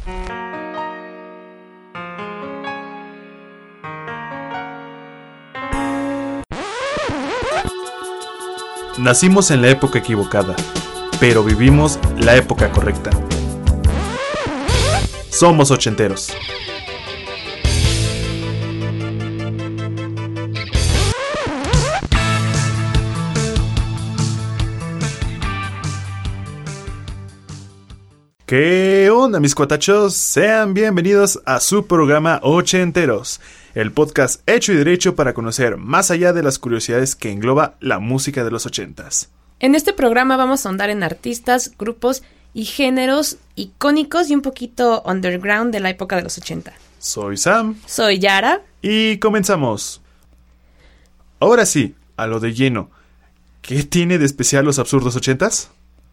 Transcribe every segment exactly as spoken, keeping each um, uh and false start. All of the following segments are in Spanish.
Nacimos en la época equivocada, pero vivimos la época correcta. Somos ochenteros. ¿Qué onda, mis cuatachos? Sean bienvenidos a su programa Ochenteros, el podcast hecho y derecho para conocer más allá de las curiosidades que engloba la música de los ochentas. En este programa vamos a ahondar en artistas, grupos y géneros icónicos y un poquito underground de la época de los ochenta. Soy Sam. Soy Yara. Y comenzamos. Ahora sí, a lo de lleno. ¿Qué tiene de especial los absurdos ochentas?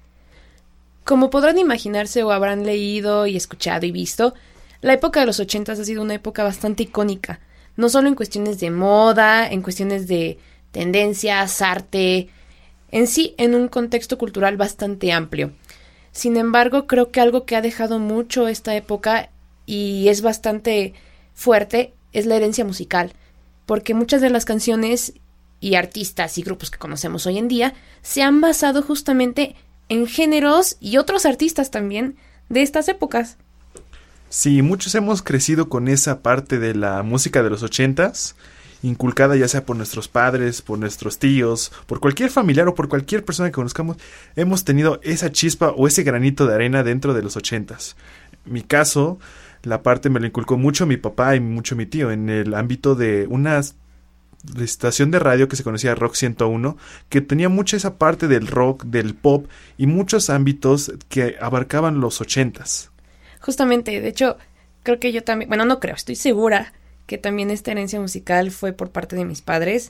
Como podrán imaginarse o habrán leído y escuchado y visto, la época de los ochentas ha sido una época bastante icónica, no solo en cuestiones de moda, en cuestiones de tendencias, arte, en sí en un contexto cultural bastante amplio. Sin embargo, creo que algo que ha dejado mucho esta época y es bastante fuerte es la herencia musical, porque muchas de las canciones y artistas y grupos que conocemos hoy en día se han basado justamente en géneros y otros artistas también de estas épocas. Sí, muchos hemos crecido con esa parte de la música de los ochentas, inculcada ya sea por nuestros padres, por nuestros tíos, por cualquier familiar o por cualquier persona que conozcamos. Hemos tenido esa chispa o ese granito de arena dentro de los ochentas. En mi caso, la parte me lo inculcó mucho mi papá y mucho mi tío en el ámbito de unas la estación de radio que se conocía Rock ciento uno, que tenía mucha esa parte del rock, del pop y muchos ámbitos que abarcaban los ochentas. Justamente, de hecho, creo que yo también, bueno, no creo, estoy segura que también esta herencia musical fue por parte de mis padres.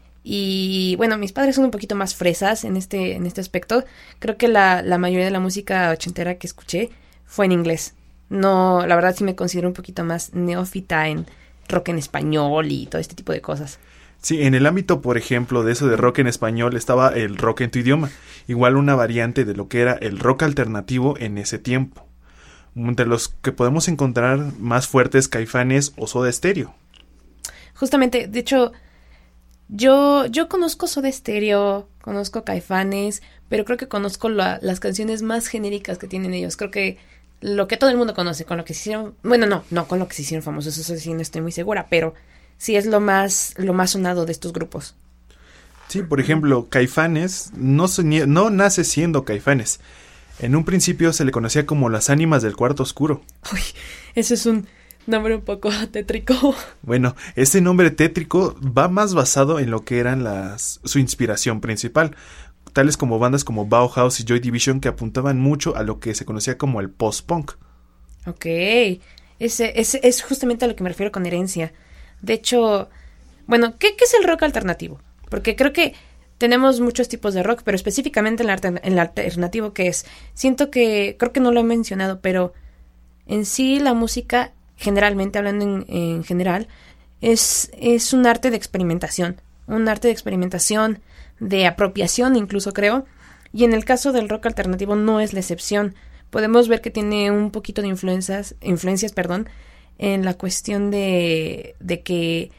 Y bueno, mis padres son un poquito más fresas en este, en este aspecto. Creo que la, la mayoría de la música ochentera que escuché fue en inglés. No, la verdad sí me considero un poquito más neófita en rock en español y todo este tipo de cosas. Sí, en el ámbito, por ejemplo, de eso de rock en español estaba el rock en tu idioma, igual una variante de lo que era el rock alternativo en ese tiempo. Entre los que podemos encontrar más fuertes, Caifanes o Soda Stereo. Justamente, de hecho, yo, yo conozco Soda Stereo, conozco Caifanes, pero creo que conozco la, las canciones más genéricas que tienen ellos. Creo que lo que todo el mundo conoce, con lo que se hicieron, bueno, no, no con lo que se hicieron famosos, eso sí no estoy muy segura, pero sí es lo más, lo más sonado de estos grupos. Sí, por ejemplo, Caifanes no, soñé, no nace siendo Caifanes. En un principio se le conocía como las ánimas del cuarto oscuro. Uy, ese es un nombre un poco tétrico. Bueno, ese nombre tétrico va más basado en lo que eran las su inspiración principal, tales como bandas como Bauhaus y Joy Division, que apuntaban mucho a lo que se conocía como el post-punk. Ok, ese, ese es justamente a lo que me refiero con herencia. De hecho, bueno, ¿qué, qué es el rock alternativo? Porque creo que tenemos muchos tipos de rock, pero específicamente en el, alter, en el alternativo, que es, siento que, creo que no lo he mencionado, pero en sí la música, generalmente, hablando en, en general, es, es un arte de experimentación, un arte de experimentación, de apropiación incluso creo, y en el caso del rock alternativo no es la excepción. Podemos ver que tiene un poquito de influencias, influencias, perdón, en la cuestión de, de que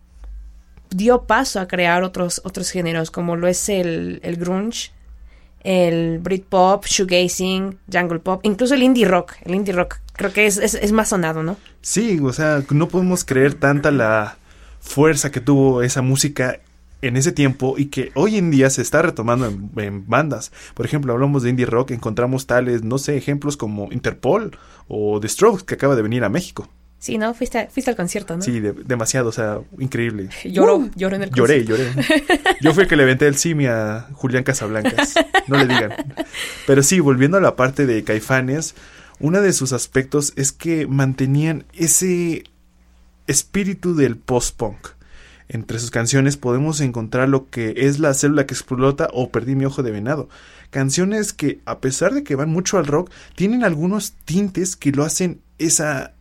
dio paso a crear otros, otros géneros, como lo es el, el grunge, el Britpop, shoegazing, jungle pop, incluso el indie rock. El indie rock creo que es, es, es más sonado, ¿no? Sí, o sea, no podemos creer tanta la fuerza que tuvo esa música en ese tiempo y que hoy en día se está retomando en, en bandas. Por ejemplo, hablamos de indie rock, encontramos tales, no sé, ejemplos como Interpol o The Strokes, que acaba de venir a México. Sí, ¿no? Fuiste, fuiste al concierto, ¿no? Sí, de, demasiado, o sea, increíble. Lloró, uh, lloró en el lloré, concierto. Lloré, lloré. Yo fui el que le aventé el simi a Julián Casablancas. No le digan. Pero sí, volviendo a la parte de Caifanes, uno de sus aspectos es que mantenían ese espíritu del post-punk. Entre sus canciones podemos encontrar lo que es La célula que explota o Perdí mi ojo de venado. Canciones que, a pesar de que van mucho al rock, tienen algunos tintes que lo hacen esa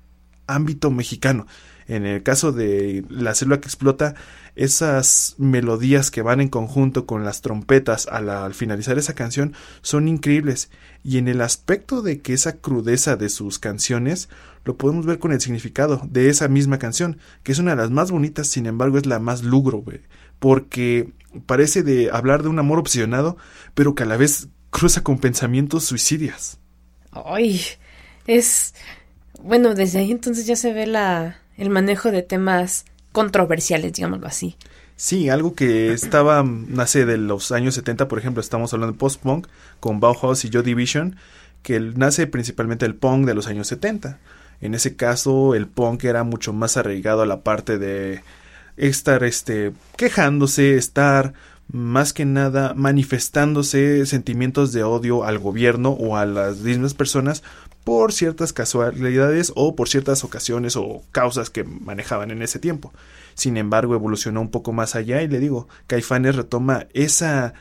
ámbito mexicano. En el caso de La Célula que Explota, esas melodías que van en conjunto con las trompetas a la, al finalizar esa canción son increíbles. Y en el aspecto de que esa crudeza de sus canciones lo podemos ver con el significado de esa misma canción, que es una de las más bonitas, sin embargo es la más lúgubre, porque parece de hablar de un amor obsesionado, pero que a la vez cruza con pensamientos suicidas. Ay, es... Bueno, desde ahí entonces ya se ve la... el manejo de temas controversiales, digámoslo así. Sí, algo que estaba, nace de los años setenta, por ejemplo, estamos hablando de post-punk, con Bauhaus y Joy Division, que nace principalmente el punk de los años setenta. En ese caso, el punk era mucho más arraigado a la parte de estar este, quejándose, estar más que nada manifestándose sentimientos de odio al gobierno o a las mismas personas por ciertas casualidades o por ciertas ocasiones o causas que manejaban en ese tiempo. Sin embargo, evolucionó un poco más allá y le digo, Caifanes retoma esa,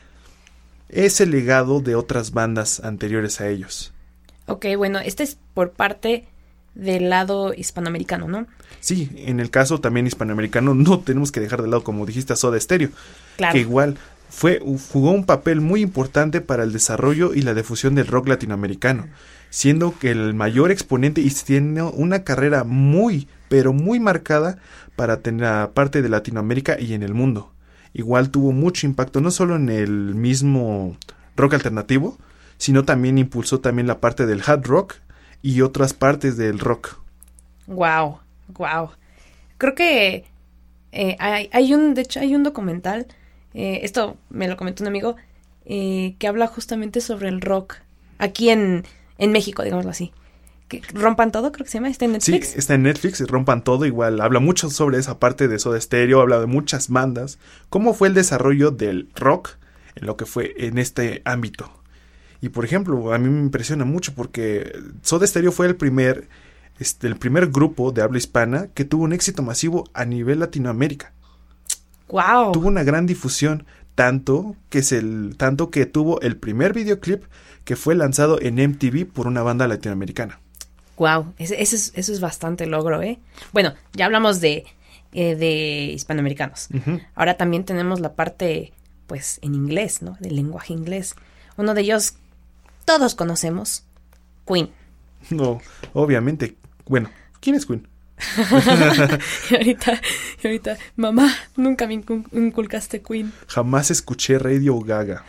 ese legado de otras bandas anteriores a ellos. Ok, bueno, este es por parte del lado hispanoamericano, ¿no? Sí, en el caso también hispanoamericano no tenemos que dejar de lado, como dijiste, a Soda Stereo, claro, que igual fue, jugó un papel muy importante para el desarrollo y la difusión del rock latinoamericano, siendo que el mayor exponente y tiene una carrera muy, pero muy marcada para tener la parte de Latinoamérica y en el mundo. Igual tuvo mucho impacto, no solo en el mismo rock alternativo, sino también impulsó también la parte del hard rock y otras partes del rock. Wow, wow. Creo que eh, hay, hay un, de hecho hay un documental, eh, esto me lo comentó un amigo, eh, que habla justamente sobre el rock aquí en, en México, digámoslo así. Que Rompan Todo, creo que se llama, está en Netflix. Sí, está en Netflix, Rompan Todo, igual habla mucho sobre esa parte de Soda Stereo, habla de muchas bandas, cómo fue el desarrollo del rock en lo que fue en este ámbito. Y por ejemplo, a mí me impresiona mucho porque Soda Stereo fue el primer, este, el primer grupo de habla hispana que tuvo un éxito masivo a nivel Latinoamérica. Wow. Tuvo una gran difusión, tanto que es el, tanto que tuvo el primer videoclip que fue lanzado en M T V por una banda latinoamericana. Wow, ese, ese es, eso es bastante logro, ¿eh? Bueno, ya hablamos de, eh, de hispanoamericanos. Uh-huh. Ahora también tenemos la parte, pues, en inglés, ¿no? Del lenguaje inglés. Uno de ellos todos conocemos, Queen. No, obviamente. Bueno, ¿quién es Queen? y ahorita, y ahorita, mamá, nunca me inculcaste Queen. Jamás escuché Radio Gaga.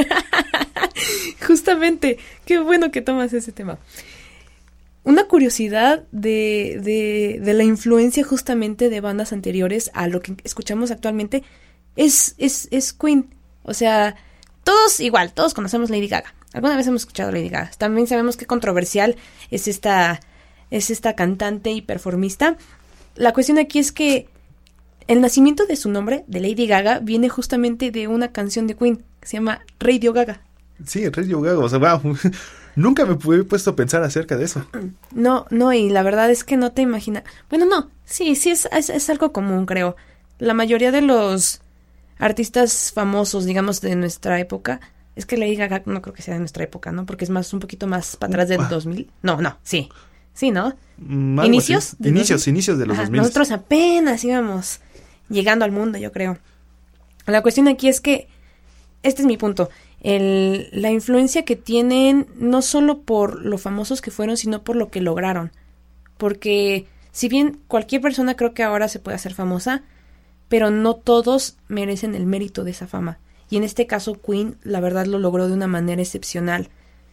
Justamente, qué bueno que tomas ese tema. Una curiosidad de, de, de la influencia justamente de bandas anteriores a lo que escuchamos actualmente es, es, es Queen. O sea, todos igual, todos conocemos Lady Gaga. Alguna vez hemos escuchado Lady Gaga. También sabemos qué controversial es esta, es esta cantante y performista. La cuestión aquí es que el nacimiento de su nombre, de Lady Gaga, viene justamente de una canción de Queen que se llama Radio Gaga. Sí, Radio Gaga, o sea, wow. Nunca me he puesto a pensar acerca de eso. No, no, y la verdad es que no te imaginas. Bueno, no, sí, sí, es, es, es algo común, creo. La mayoría de los artistas famosos, digamos, de nuestra época, es que Lady Gaga no creo que sea de nuestra época, ¿no? Porque es más un poquito más para atrás del ah. dos mil. No, no, sí, sí, ¿no? Mm, ¿Inicios? Inicios, dos mil? Inicios de los Ajá, dos mil. Nosotros apenas íbamos llegando al mundo, yo creo. La cuestión aquí es que, este es mi punto, el, la influencia que tienen no solo por lo famosos que fueron, sino por lo que lograron. Porque si bien cualquier persona creo que ahora se puede hacer famosa, pero no todos merecen el mérito de esa fama. Y en este caso Queen, la verdad, lo logró de una manera excepcional.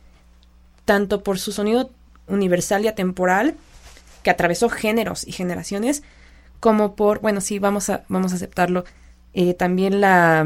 Tanto por su sonido universal y atemporal, que atravesó géneros y generaciones, como por, bueno, sí, vamos a, vamos a aceptarlo, eh, también la,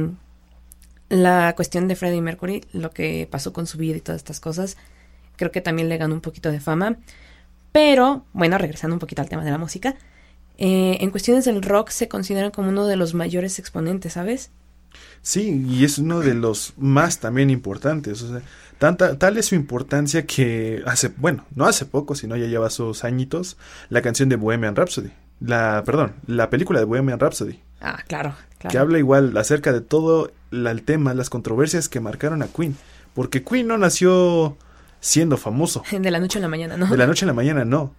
la cuestión de Freddie Mercury, lo que pasó con su vida y todas estas cosas, creo que también le ganó un poquito de fama. Pero, bueno, regresando un poquito al tema de la música, eh, en cuestiones del rock se consideran como uno de los mayores exponentes, ¿sabes? Sí, y es uno de los más también importantes, o sea, tanta, tal es su importancia que hace, bueno, no hace poco, sino ya lleva sus añitos, la canción de Bohemian Rhapsody, la, perdón, la película de Bohemian Rhapsody. Ah, claro, claro. Que habla igual acerca de todo la, el tema, las controversias que marcaron a Queen, porque Queen no nació siendo famoso. De la noche a la mañana, ¿no? De la noche a la mañana, no.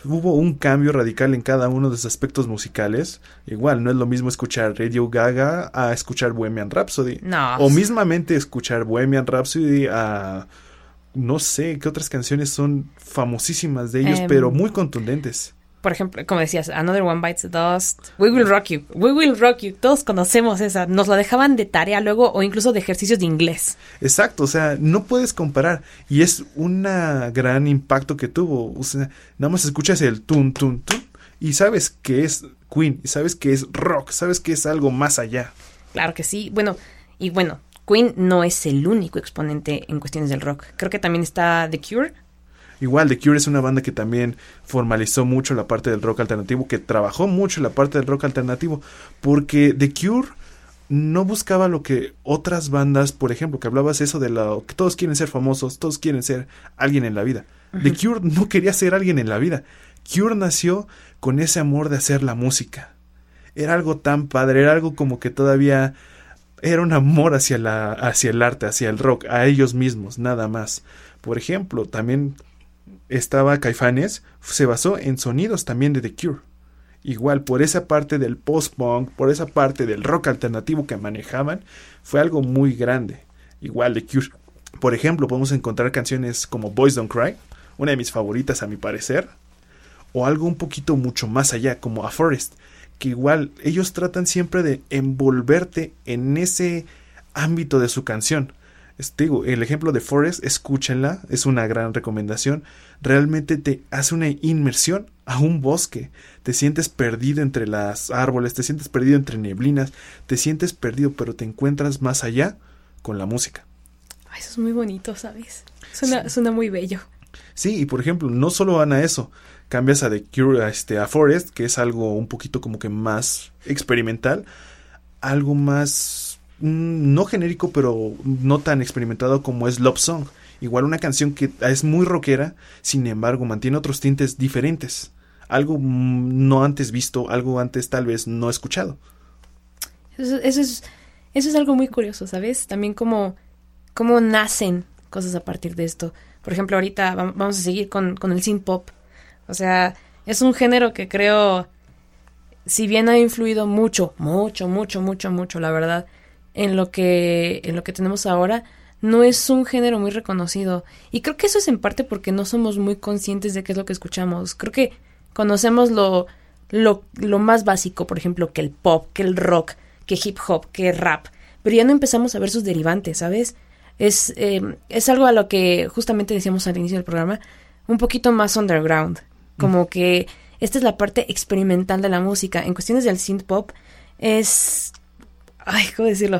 hubo un cambio radical en cada uno de sus aspectos musicales. Igual, no es lo mismo escuchar Radio Gaga a escuchar Bohemian Rhapsody. No. O mismamente escuchar Bohemian Rhapsody a... no sé, qué otras canciones son famosísimas de ellos, um, pero muy contundentes. Por ejemplo, como decías, Another One Bites the Dust, We Will Rock You, We Will Rock You, todos conocemos esa, nos la dejaban de tarea luego o incluso de ejercicios de inglés. Exacto, o sea, no puedes comparar y es un gran impacto que tuvo, o sea, nada más escuchas el tun, tun, tun y sabes que es Queen, y sabes que es rock, sabes que es algo más allá. Claro que sí, bueno, y bueno, Queen no es el único exponente en cuestiones del rock, creo que también está The Cure. Igual, The Cure es una banda que también formalizó mucho la parte del rock alternativo, que trabajó mucho la parte del rock alternativo, porque The Cure no buscaba lo que otras bandas, por ejemplo, que hablabas eso de lo que todos quieren ser famosos, todos quieren ser alguien en la vida. Uh-huh. The Cure no quería ser alguien en la vida. Cure nació con ese amor de hacer la música. Era algo tan padre, era algo como que todavía era un amor hacia la, hacia el arte, hacia el rock, a ellos mismos, nada más. Por ejemplo, también estaba Caifanes, se basó en sonidos también de The Cure. Igual, por esa parte del post-punk, por esa parte del rock alternativo que manejaban, fue algo muy grande. Igual, The Cure. Por ejemplo, podemos encontrar canciones como Boys Don't Cry, una de mis favoritas a mi parecer, o algo un poquito mucho más allá, como A Forest, que igual ellos tratan siempre de envolverte en ese ámbito de su canción. Este, digo, el ejemplo de Forest, escúchenla, es una gran recomendación. Realmente te hace una inmersión a un bosque. Te sientes perdido entre los árboles, te sientes perdido entre neblinas, te sientes perdido, pero te encuentras más allá con la música. Ay, eso es muy bonito, ¿sabes? Suena, sí. suena muy bello. Sí, y por ejemplo, no solo van a eso. Cambias a The Cure, a, este, a Forest, que es algo un poquito como que más experimental, algo más... no genérico, pero no tan experimentado como es Love Song. Igual una canción que es muy rockera, sin embargo mantiene otros tintes diferentes. Algo no antes visto, algo antes tal vez no escuchado. Eso, eso, es, eso es algo muy curioso, ¿sabes? También como, como nacen cosas a partir de esto. Por ejemplo, ahorita vamos a seguir con, con el synth pop. O sea, es un género que creo, si bien ha influido mucho, mucho, mucho, mucho, mucho, la verdad, en lo que en lo que tenemos ahora, no es un género muy reconocido. Y creo que eso es en parte porque no somos muy conscientes de qué es lo que escuchamos. Creo que conocemos lo, lo, lo más básico, por ejemplo, que el pop, que el rock, que hip hop, que rap. Pero ya no empezamos a ver sus derivantes, ¿sabes? Es, eh, es algo a lo que justamente decíamos al inicio del programa, un poquito más underground. Como mm. que esta es la parte experimental de la música. En cuestiones del synth pop es... Ay, ¿cómo decirlo?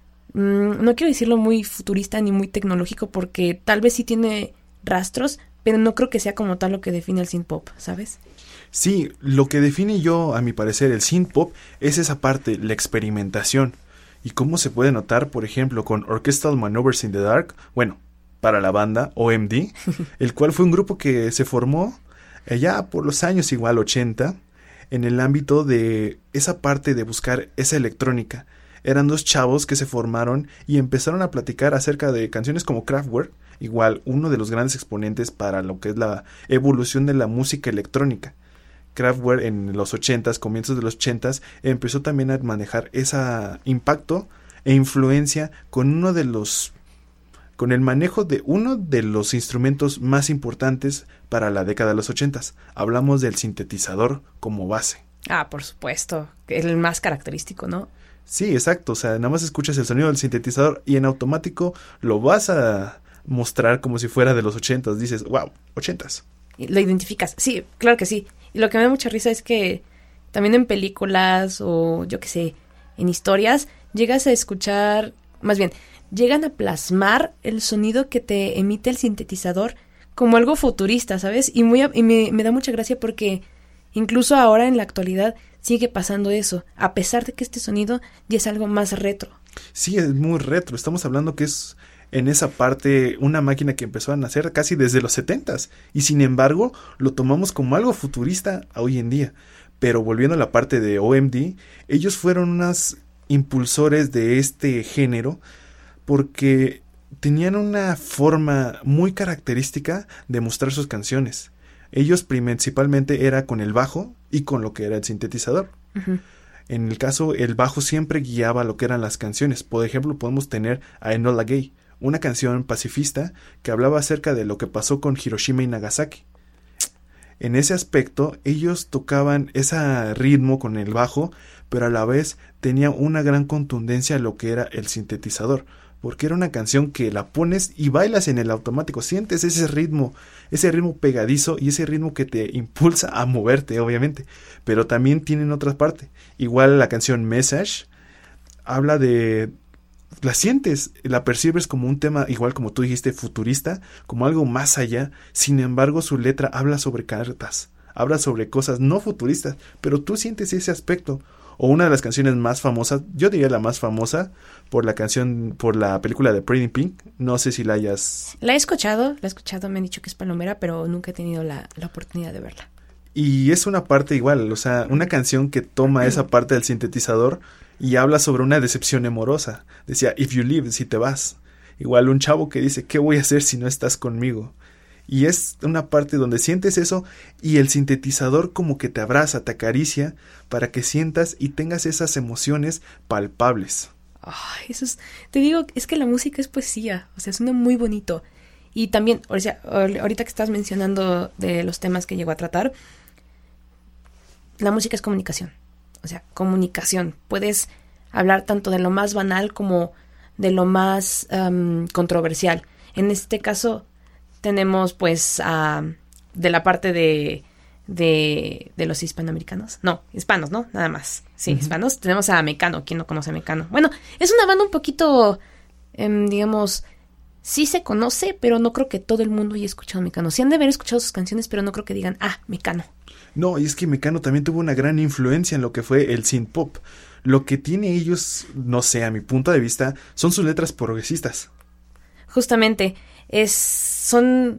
Mm, no quiero decirlo muy futurista ni muy tecnológico porque tal vez sí tiene rastros, pero no creo que sea como tal lo que define el synth pop, ¿sabes? Sí, lo que define yo, a mi parecer, el synth pop es esa parte, la experimentación. Y cómo se puede notar, por ejemplo, con Orchestral Maneuvers in the Dark, bueno, para la banda O M D, el cual fue un grupo que se formó ya por los años igual ochenta, en el ámbito de esa parte de buscar esa electrónica. Eran dos chavos que se formaron y empezaron a platicar acerca de canciones como Kraftwerk, igual uno de los grandes exponentes para lo que es la evolución de la música electrónica. Kraftwerk en los ochentas, comienzos de los ochentas, empezó también a manejar ese impacto e influencia con uno de los con el manejo de uno de los instrumentos más importantes para la década de los ochentas. Hablamos del sintetizador como base. Ah, por supuesto, el más característico, ¿no? Sí, exacto, o sea, nada más escuchas el sonido del sintetizador y en automático lo vas a mostrar como si fuera de los ochentas, dices, wow, ochentas. Lo identificas, sí, claro que sí. Y lo que me da mucha risa es que también en películas o yo qué sé, en historias, llegas a escuchar, más bien, llegan a plasmar el sonido que te emite el sintetizador como algo futurista, ¿sabes? Y, muy a, y me, me da mucha gracia porque incluso ahora en la actualidad sigue pasando eso, a pesar de que este sonido ya es algo más retro. Sí, es muy retro, estamos hablando que es en esa parte una máquina que empezó a nacer casi desde los setentas y sin embargo lo tomamos como algo futurista hoy en día. Pero volviendo a la parte de O M D, ellos fueron unos impulsores de este género porque tenían una forma muy característica de mostrar sus canciones. Ellos principalmente era con el bajo y con lo que era el sintetizador. Uh-huh. En el caso, el bajo siempre guiaba lo que eran las canciones. Por ejemplo, podemos tener a Enola Gay, una canción pacifista que hablaba acerca de lo que pasó con Hiroshima y Nagasaki. En ese aspecto, ellos tocaban ese ritmo con el bajo, pero a la vez tenía una gran contundencia lo que era el sintetizador, porque era una canción que la pones y bailas en el automático, sientes ese ritmo, ese ritmo pegadizo y ese ritmo que te impulsa a moverte, obviamente, pero también tienen otra parte. Igual la canción Message habla de... la sientes, la percibes como un tema, igual como tú dijiste, futurista, como algo más allá. Sin embargo, su letra habla sobre cartas, habla sobre cosas no futuristas, pero tú sientes ese aspecto. O una de las canciones más famosas, yo diría la más famosa, por la canción, por la película de Pretty Pink. No sé si la hayas... La he escuchado, la he escuchado, me han dicho que es palomera, pero nunca he tenido la, la oportunidad de verla. Y es una parte igual, o sea, una canción que toma esa parte del sintetizador y habla sobre una decepción amorosa. Decía, if you leave, si te vas. Igual un chavo que dice, ¿qué voy a hacer si no estás conmigo? Y es una parte donde sientes eso y el sintetizador como que te abraza, te acaricia para que sientas y tengas esas emociones palpables. Ay, eso es, te digo, es que la música es poesía, o sea, suena muy bonito. Y también, o sea, ahorita que estás mencionando de los temas que llegó a tratar, la música es comunicación. O sea, comunicación. Puedes hablar tanto de lo más banal como de lo más um, controversial. En este caso tenemos pues uh, de la parte de, de de los hispanoamericanos. No, hispanos, ¿no? Nada más. Sí, uh-huh. Hispanos. Tenemos a Mecano. ¿Quién no conoce a Mecano? Bueno, es una banda un poquito, um, digamos, sí se conoce, pero no creo que todo el mundo haya escuchado a Mecano. Sí han de haber escuchado sus canciones, pero no creo que digan, ah, Mecano. No, y es que Mecano también tuvo una gran influencia en lo que fue el synth pop. Lo que tiene ellos, no sé, a mi punto de vista, son sus letras progresistas. Justamente, es, son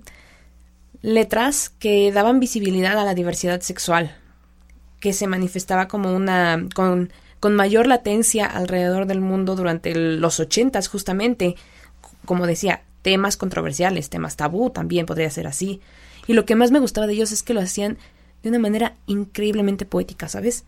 letras que daban visibilidad a la diversidad sexual, que se manifestaba como una, con, con mayor latencia alrededor del mundo durante los ochentas, justamente. Como decía, temas controversiales, temas tabú, también podría ser así. Y lo que más me gustaba de ellos es que lo hacían de una manera increíblemente poética, ¿sabes?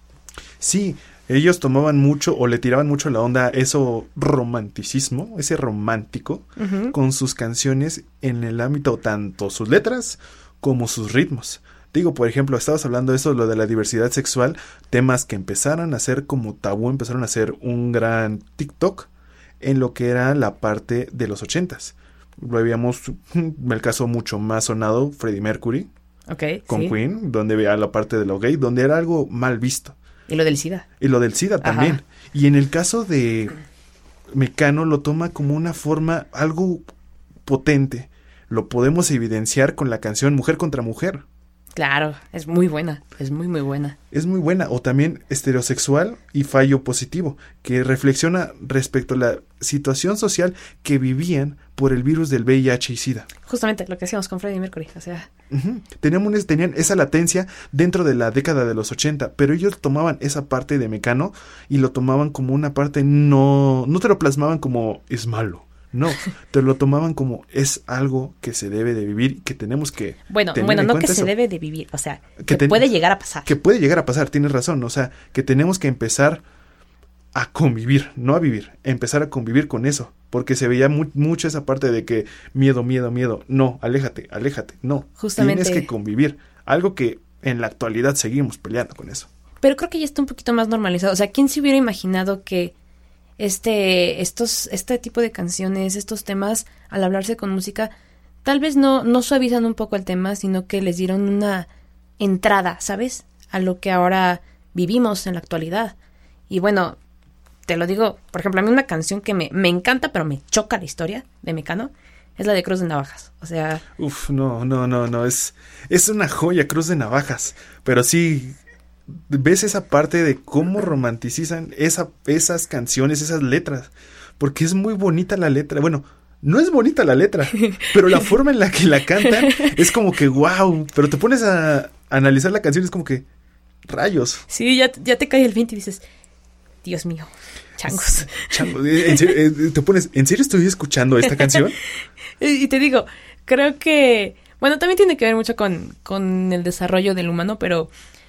Sí, ellos tomaban mucho o le tiraban mucho la onda a eso romanticismo, ese romántico, uh-huh. con sus canciones en el ámbito tanto sus letras como sus ritmos. Digo, por ejemplo, estabas hablando de eso, lo de la diversidad sexual, temas que empezaron a ser como tabú, empezaron a ser un gran TikTok en lo que era la parte de los ochentas. Lo habíamos, el caso mucho más sonado, Freddie Mercury, okay, con sí. Queen, donde veía la parte de lo gay, donde era algo mal visto. Y lo del SIDA. Y lo del SIDA también. Ajá. Y en el caso de Mecano lo toma como una forma algo potente. Lo podemos evidenciar con la canción Mujer contra Mujer. Claro, es muy buena, es muy muy buena. Es muy buena, o también Estereosexual y Fallo Positivo, que reflexiona respecto a la situación social que vivían por el virus del V I H y SIDA. Justamente lo que hacíamos con Freddie Mercury, o sea... Uh-huh. Tenían, tenían esa latencia dentro de la década de los ochenta, pero ellos tomaban esa parte de Mecano y lo tomaban como una parte, no, no te lo plasmaban como es malo. No, te lo tomaban como es algo que se debe de vivir, que tenemos que Bueno, tener bueno, en no que eso. se debe de vivir, o sea, que, que ten, puede llegar a pasar. Que puede llegar a pasar, tienes razón, o sea, que tenemos que empezar a convivir, no a vivir, empezar a convivir con eso, porque se veía mu- mucho esa parte de que miedo, miedo, miedo, no, aléjate, aléjate, no, justamente tienes que convivir, algo que en la actualidad seguimos peleando con eso. Pero creo que ya está un poquito más normalizado, o sea, ¿quién se hubiera imaginado que este estos este tipo de canciones, estos temas, al hablarse con música, tal vez no, no suavizan un poco el tema, sino que les dieron una entrada, ¿sabes? A lo que ahora vivimos en la actualidad. Y bueno, te lo digo, por ejemplo, a mí una canción que me, me encanta, pero me choca la historia de Mecano, es la de Cruz de Navajas. O sea... Uf, no, no, no, no, es, es una joya, Cruz de Navajas. Pero sí... ves esa parte de cómo romanticizan esa, esas canciones, esas letras, porque es muy bonita la letra. Bueno, no es bonita la letra, pero la forma en la que la cantan es como que wow, pero te pones a, a analizar la canción y es como que rayos. Sí, ya, ya te cae el veinte y dices, Dios mío, changos. Changos, ¿en serio, te pones, ¿en serio estoy escuchando esta canción? Y te digo, creo que... Bueno, también tiene que ver mucho con, con el desarrollo del humano, pero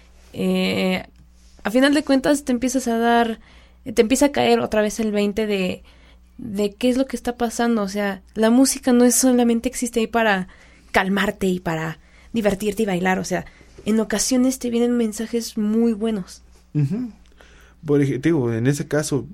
eh, a final de cuentas te empiezas a dar, te empieza a caer otra vez el veinte de, de qué es lo que está pasando. O sea, la música no es solamente existe ahí para calmarte y para divertirte y bailar. O sea, en ocasiones te vienen mensajes muy buenos. Uh-huh. Por ejemplo, en ese caso,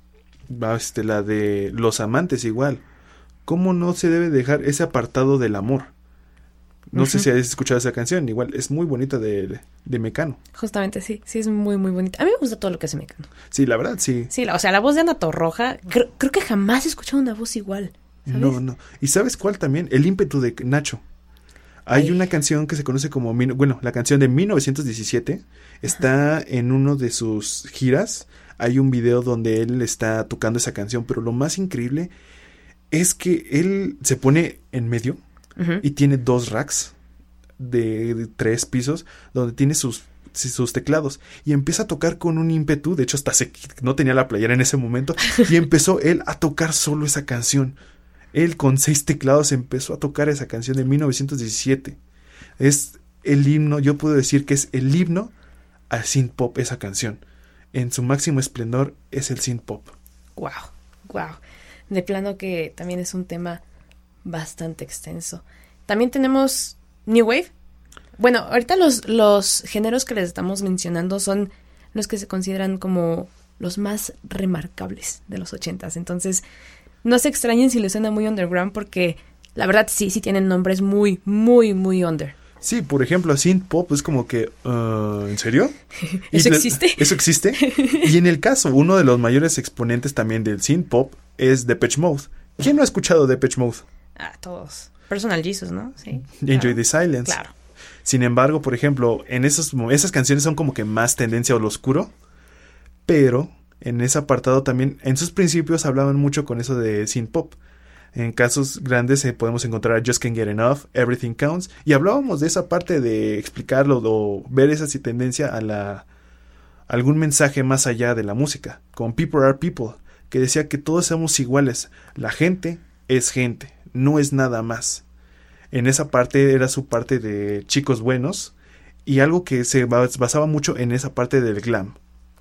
este, la de los amantes igual. ¿Cómo no se debe dejar ese apartado del amor? No uh-huh. sé si has escuchado esa canción, igual es muy bonita de, de Mecano. Justamente, sí, sí es muy, muy bonita. A mí me gusta todo lo que hace Mecano. Sí, la verdad, sí. Sí, la, o sea, la voz de Ana Torroja, creo, creo que jamás he escuchado una voz igual, ¿sabes? No, no. ¿Y sabes cuál también? El ímpetu de Nacho. Hay Ay. una canción que se conoce como, bueno, la canción de mil novecientos diecisiete, está uh-huh. en uno de sus giras. Hay un video donde él está tocando esa canción, pero lo más increíble es que él se pone en medio uh-huh. y tiene dos racks de, de tres pisos donde tiene sus, sus teclados y empieza a tocar con un ímpetu. De hecho, hasta se, no tenía la playera en ese momento y empezó él a tocar solo esa canción. Él con seis teclados empezó a tocar esa canción de mil novecientos diecisiete. Es el himno, yo puedo decir que es el himno al synth pop esa canción. En su máximo esplendor es el synth pop. Wow, wow. De plano que también es un tema bastante extenso. También tenemos New Wave. Bueno, ahorita los, los géneros que les estamos mencionando son los que se consideran como los más remarcables de los ochentas. Entonces, no se extrañen si les suena muy underground porque la verdad sí, sí tienen nombres muy, muy, muy under. Sí, por ejemplo, synth pop es como que, uh, ¿en serio? ¿Eso existe? ¿Eso existe? Y en el caso, uno de los mayores exponentes también del synth pop es Depeche Mode. ¿Quién no ha escuchado Depeche Mode? Ah, todos. Personal Jesus, ¿no? Sí. Enjoy claro. the Silence. Claro. Sin embargo, por ejemplo, en esos, esas canciones son como que más tendencia a lo oscuro, pero en ese apartado también, en sus principios hablaban mucho con eso de synth pop. En casos grandes eh, podemos encontrar a Just Can't Get Enough, Everything Counts, y hablábamos de esa parte de explicarlo o ver esa tendencia a la a algún mensaje más allá de la música, con People Are People, que decía que todos somos iguales, la gente es gente, no es nada más. En esa parte era su parte de chicos buenos y algo que se basaba mucho en esa parte del glam.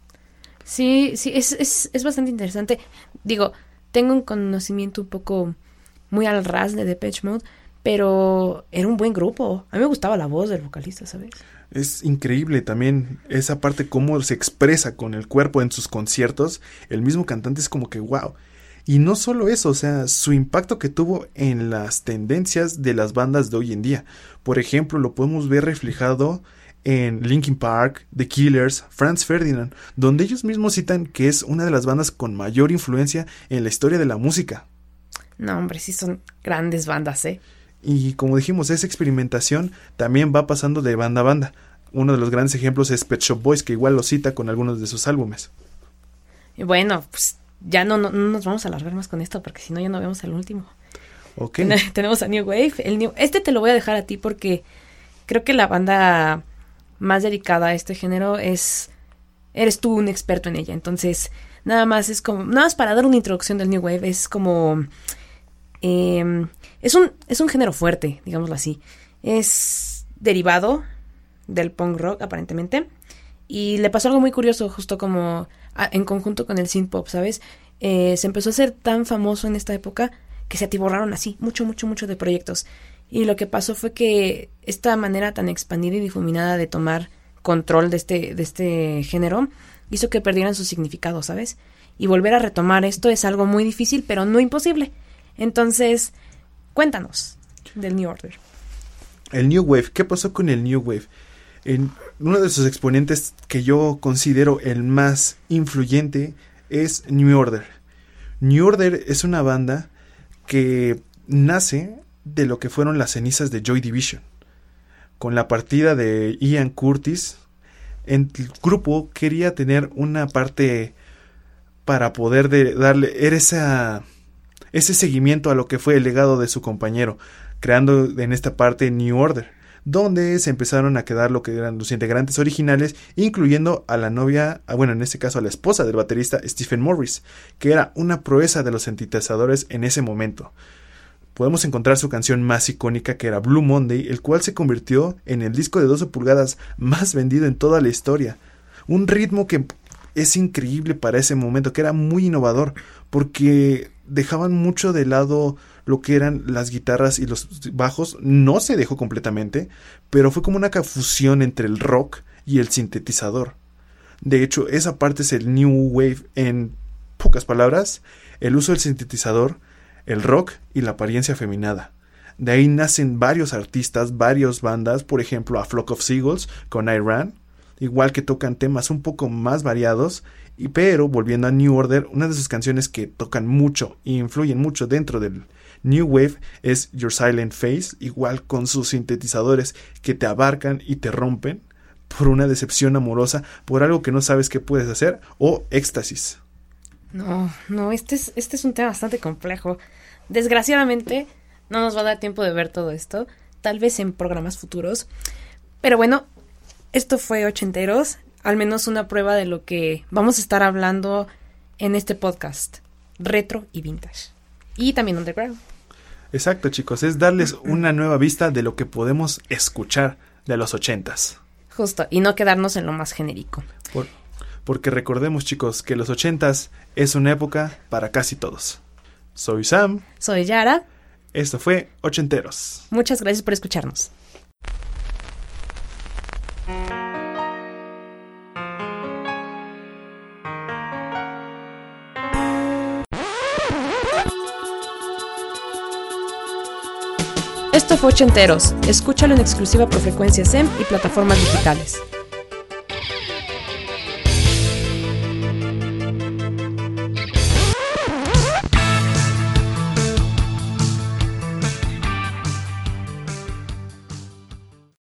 Sí, sí, es, es, es bastante interesante. Digo, tengo un conocimiento un poco muy al ras de Depeche Mode, pero era un buen grupo. A mí me gustaba la voz del vocalista, ¿sabes? Es increíble también esa parte cómo se expresa con el cuerpo en sus conciertos. El mismo cantante es como que wow. Y no solo eso, o sea, su impacto que tuvo en las tendencias de las bandas de hoy en día. Por ejemplo, lo podemos ver reflejado en Linkin Park, The Killers, Franz Ferdinand, donde ellos mismos citan que es una de las bandas con mayor influencia en la historia de la música. No, hombre, sí son grandes bandas, ¿eh? Y como dijimos, esa experimentación también va pasando de banda a banda. Uno de los grandes ejemplos es Pet Shop Boys, que igual lo cita con algunos de sus álbumes. Y bueno, pues ya no, no, no nos vamos a alargar más con esto, porque si no ya no vemos el último. Ok. Ten- tenemos a New Wave. El New- este te lo voy a dejar a ti porque creo que la banda más dedicada a este género es... Eres tú un experto en ella. Entonces, nada más es como... Nada más para dar una introducción del New Wave, es como... Eh, es un es un género fuerte, digámoslo así. Es derivado del punk rock, aparentemente. Y le pasó algo muy curioso, justo como a, en conjunto con el synth pop, ¿sabes? Eh, se empezó a ser tan famoso en esta época que se atiborraron así, mucho, mucho, mucho de proyectos. Y lo que pasó fue que esta manera tan expandida y difuminada de tomar control de este, de este género hizo que perdieran su significado, ¿sabes? Y volver a retomar esto es algo muy difícil, pero no imposible. Entonces, cuéntanos del New Order. El New Wave, ¿qué pasó con el New Wave? En uno de sus exponentes que yo considero el más influyente es New Order. New Order es una banda que nace de lo que fueron las cenizas de Joy Division. Con la partida de Ian Curtis, el grupo quería tener una parte para poder de darle esa, ese seguimiento a lo que fue el legado de su compañero, creando en esta parte New Order, donde se empezaron a quedar lo que eran los integrantes originales, incluyendo a la novia, bueno, en este caso a la esposa del baterista Stephen Morris, que era una proeza de los sintetizadores en ese momento. podemos encontrar su canción más icónica, que era Blue Monday, el cual se convirtió en el disco de doce pulgadas más vendido en toda la historia. Un ritmo que es increíble para ese momento, que era muy innovador, porque dejaban mucho de lado lo que eran las guitarras y los bajos. No se dejó completamente, pero fue como una fusión entre el rock y el sintetizador. De hecho, esa parte es el New Wave. En pocas palabras, el uso del sintetizador, el rock y la apariencia afeminada. De ahí nacen varios artistas, varias bandas, por ejemplo A Flock of Seagulls con I Ran, igual que tocan temas un poco más variados, y pero volviendo a New Order, una de sus canciones que tocan mucho e influyen mucho dentro del New Wave es Your Silent Face, igual con sus sintetizadores que te abarcan y te rompen por una decepción amorosa, por algo que no sabes qué puedes hacer, o éxtasis. No, no, este es, este es un tema bastante complejo. Desgraciadamente, no nos va a dar tiempo de ver todo esto, tal vez en programas futuros. Pero bueno, esto fue Ochenteros, al menos una prueba de lo que vamos a estar hablando en este podcast, retro y vintage. Y también underground. Exacto, chicos, es darles una nueva vista de lo que podemos escuchar de los ochentas. Justo, y no quedarnos en lo más genérico. Por, porque recordemos, chicos, que los ochentas es una época para casi todos. Soy Sam. Soy Yara. Esto fue Ochenteros. Muchas gracias por escucharnos. Esto fue Ochenteros. Escúchalo en exclusiva por Frecuencia S E M y plataformas digitales.